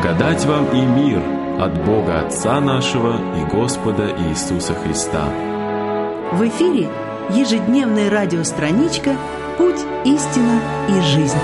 Благодать вам и мир от Бога Отца нашего и Господа Иисуса Христа. В эфире ежедневная радиостраничка «Путь, истина и жизнь».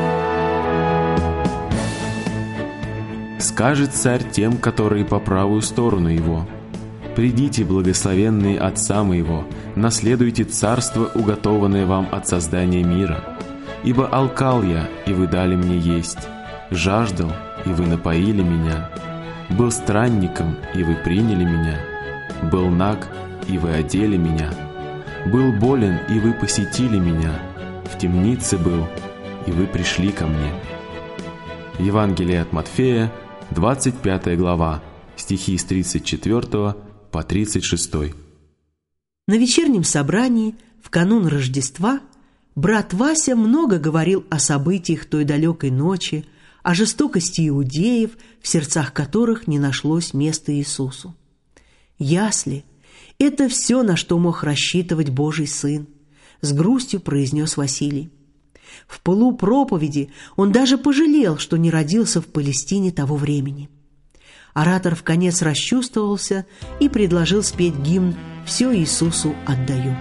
Скажет царь тем, которые по правую сторону его: «Придите, благословенные Отца моего, наследуйте царство, уготованное вам от создания мира. Ибо алкал я, и вы дали мне есть, жаждал, и вы напоили меня, был странником, и вы приняли меня, был наг, и вы одели меня, был болен, и вы посетили меня, в темнице был, и вы пришли ко мне». Евангелие от Матфея, 25 глава, стихи с 34 по 36. На вечернем собрании в канун Рождества брат Вася много говорил о событиях той далекой ночи, о жестокости иудеев, в сердцах которых не нашлось места Иисусу. «Ясли — это все, на что мог рассчитывать Божий Сын», — с грустью произнес Василий. В пылу проповеди он даже пожалел, что не родился в Палестине того времени. Оратор вконец расчувствовался и предложил спеть гимн «Все Иисусу отдаю».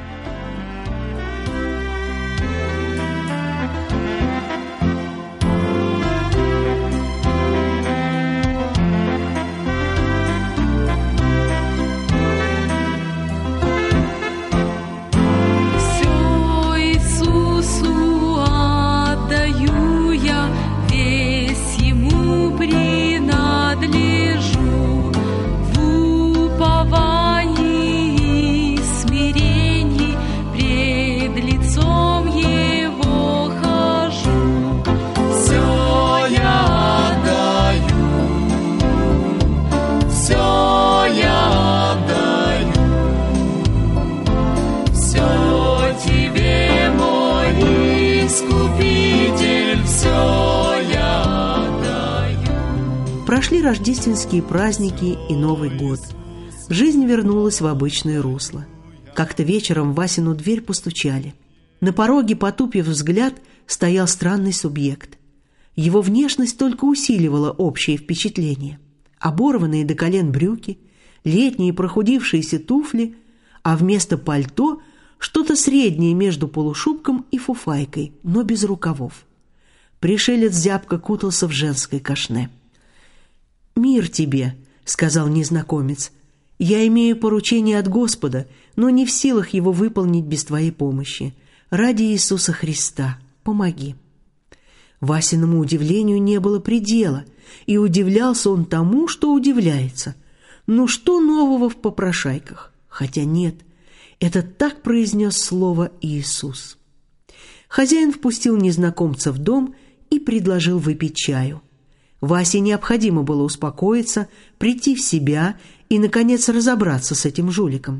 Прошли рождественские праздники и Новый год. Жизнь вернулась в обычное русло. Как-то вечером в Васину дверь постучали. На пороге, потупив взгляд, стоял странный субъект. Его внешность только усиливала общее впечатление. Оборванные до колен брюки, летние прохудившиеся туфли, а вместо пальто что-то среднее между полушубком и фуфайкой, но без рукавов. Пришелец зябко кутался в женское кашне. «Мир тебе», — сказал незнакомец. «Я имею поручение от Господа, но не в силах его выполнить без твоей помощи. Ради Иисуса Христа помоги». Васиному удивлению не было предела, и удивлялся он тому, что удивляется. Ну что нового в попрошайках? Хотя нет, это так произнес слово Иисус. Хозяин впустил незнакомца в дом и предложил выпить чаю. Васе необходимо было успокоиться, прийти в себя и, наконец, разобраться с этим жуликом.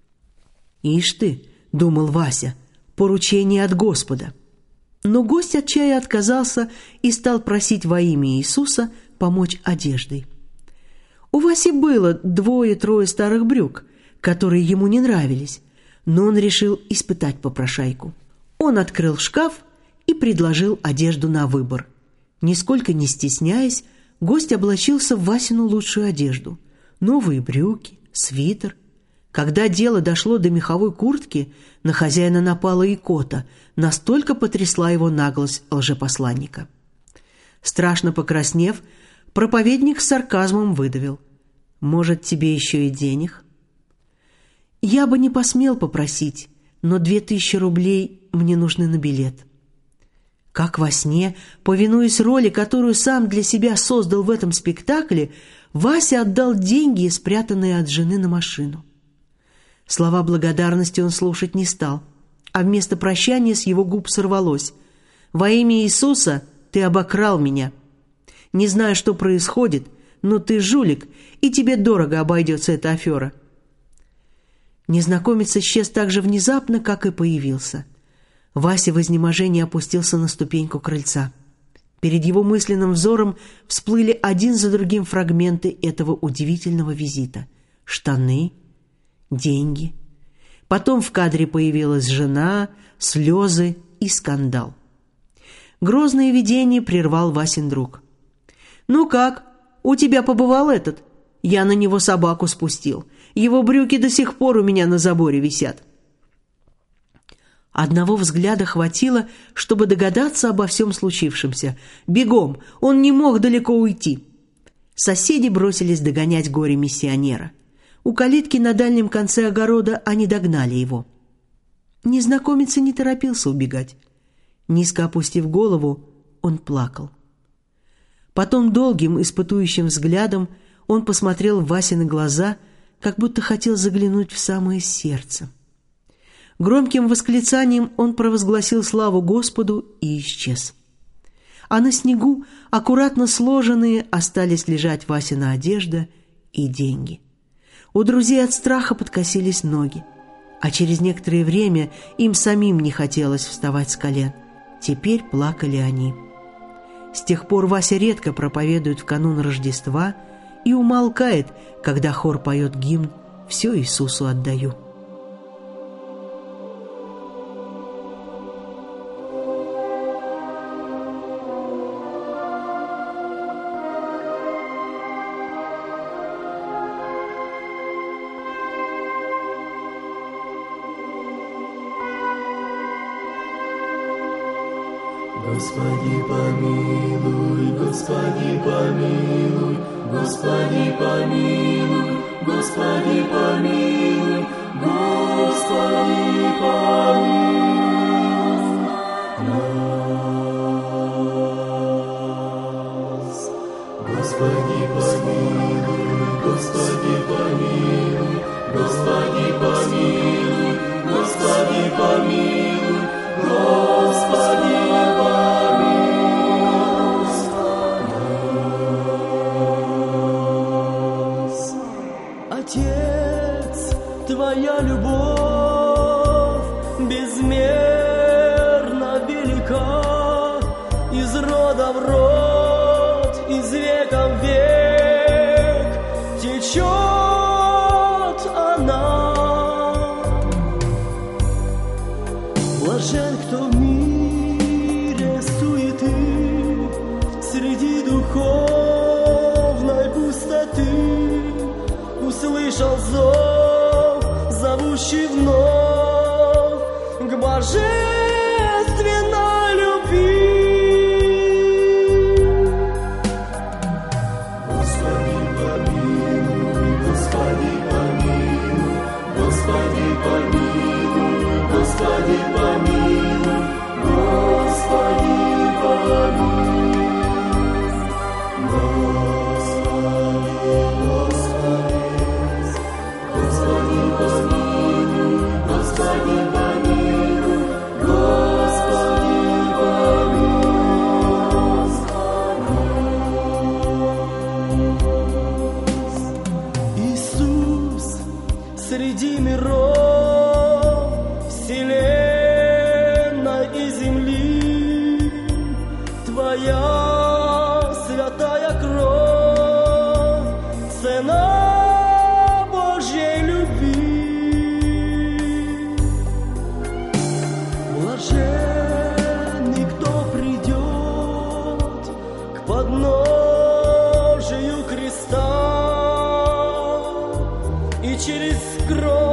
«Ишь ты», — думал Вася, — «поручение от Господа». Но гость от чая отказался и стал просить во имя Иисуса помочь одеждой. У Васи было 2-3 старых брюк, которые ему не нравились, но он решил испытать попрошайку. Он открыл шкаф и предложил одежду на выбор. Нисколько не стесняясь, гость облачился в Васину лучшую одежду. Новые брюки, свитер. Когда дело дошло до меховой куртки, на хозяина напала икота, настолько потрясла его наглость лжепосланника. Страшно покраснев, проповедник с сарказмом выдавил: «Может, тебе еще и денег?» «Я бы не посмел попросить, но 2000 рублей мне нужны на билет». Как во сне, повинуясь роли, которую сам для себя создал в этом спектакле, Вася отдал деньги, спрятанные от жены, на машину. Слова благодарности он слушать не стал, а вместо прощания с его губ сорвалось: «Во имя Иисуса ты обокрал меня. Не знаю, что происходит, но ты жулик, и тебе дорого обойдется эта афера». Незнакомец исчез так же внезапно, как и появился. Вася в изнеможении опустился на ступеньку крыльца. Перед его мысленным взором всплыли один за другим фрагменты этого удивительного визита. Штаны, деньги. Потом в кадре появилась жена, слезы и скандал. Грозное видение прервал Васин друг. «Ну как, у тебя побывал этот? Я на него собаку спустил. Его брюки до сих пор у меня на заборе висят». Одного взгляда хватило, чтобы догадаться обо всем случившемся. Бегом, он не мог далеко уйти. Соседи бросились догонять горе-миссионера. У калитки на дальнем конце огорода они догнали его. Незнакомец и не торопился убегать. Низко опустив голову, он плакал. Потом долгим, испытующим взглядом он посмотрел в Васины глаза, как будто хотел заглянуть в самое сердце. Громким восклицанием он провозгласил славу Господу и исчез. А на снегу, аккуратно сложенные, остались лежать Васина одежда и деньги. У друзей от страха подкосились ноги, а через некоторое время им самим не хотелось вставать с колен. Теперь плакали они. С тех пор Вася редко проповедует в канун Рождества и умолкает, когда хор поет гимн «Все Иисусу отдаю». Господи, помилуй, Господи, помилуй, Господи, помилуй, Господи, помилуй, Господи, помилуй нас. Господи, помилуй, Господи, помилуй, Господи, помилуй, Господи, помилуй, Господи, Отец, Твоя любовь безмерно велика, из рода в род, из века в век течет она. Блажен, кто в мире суеты, среди духовной пустоты услышал зов, зовущий вновь к божественной любви. Господи, помилуй, Господи, помилуй, Господи, помилуй, Господи, помилуй, Господи, помилуй. Среди миров, вселенной и земли, Твоя святая кровь, цена Божьей любви. Блаженный, кто придет к подножию креста и через кровь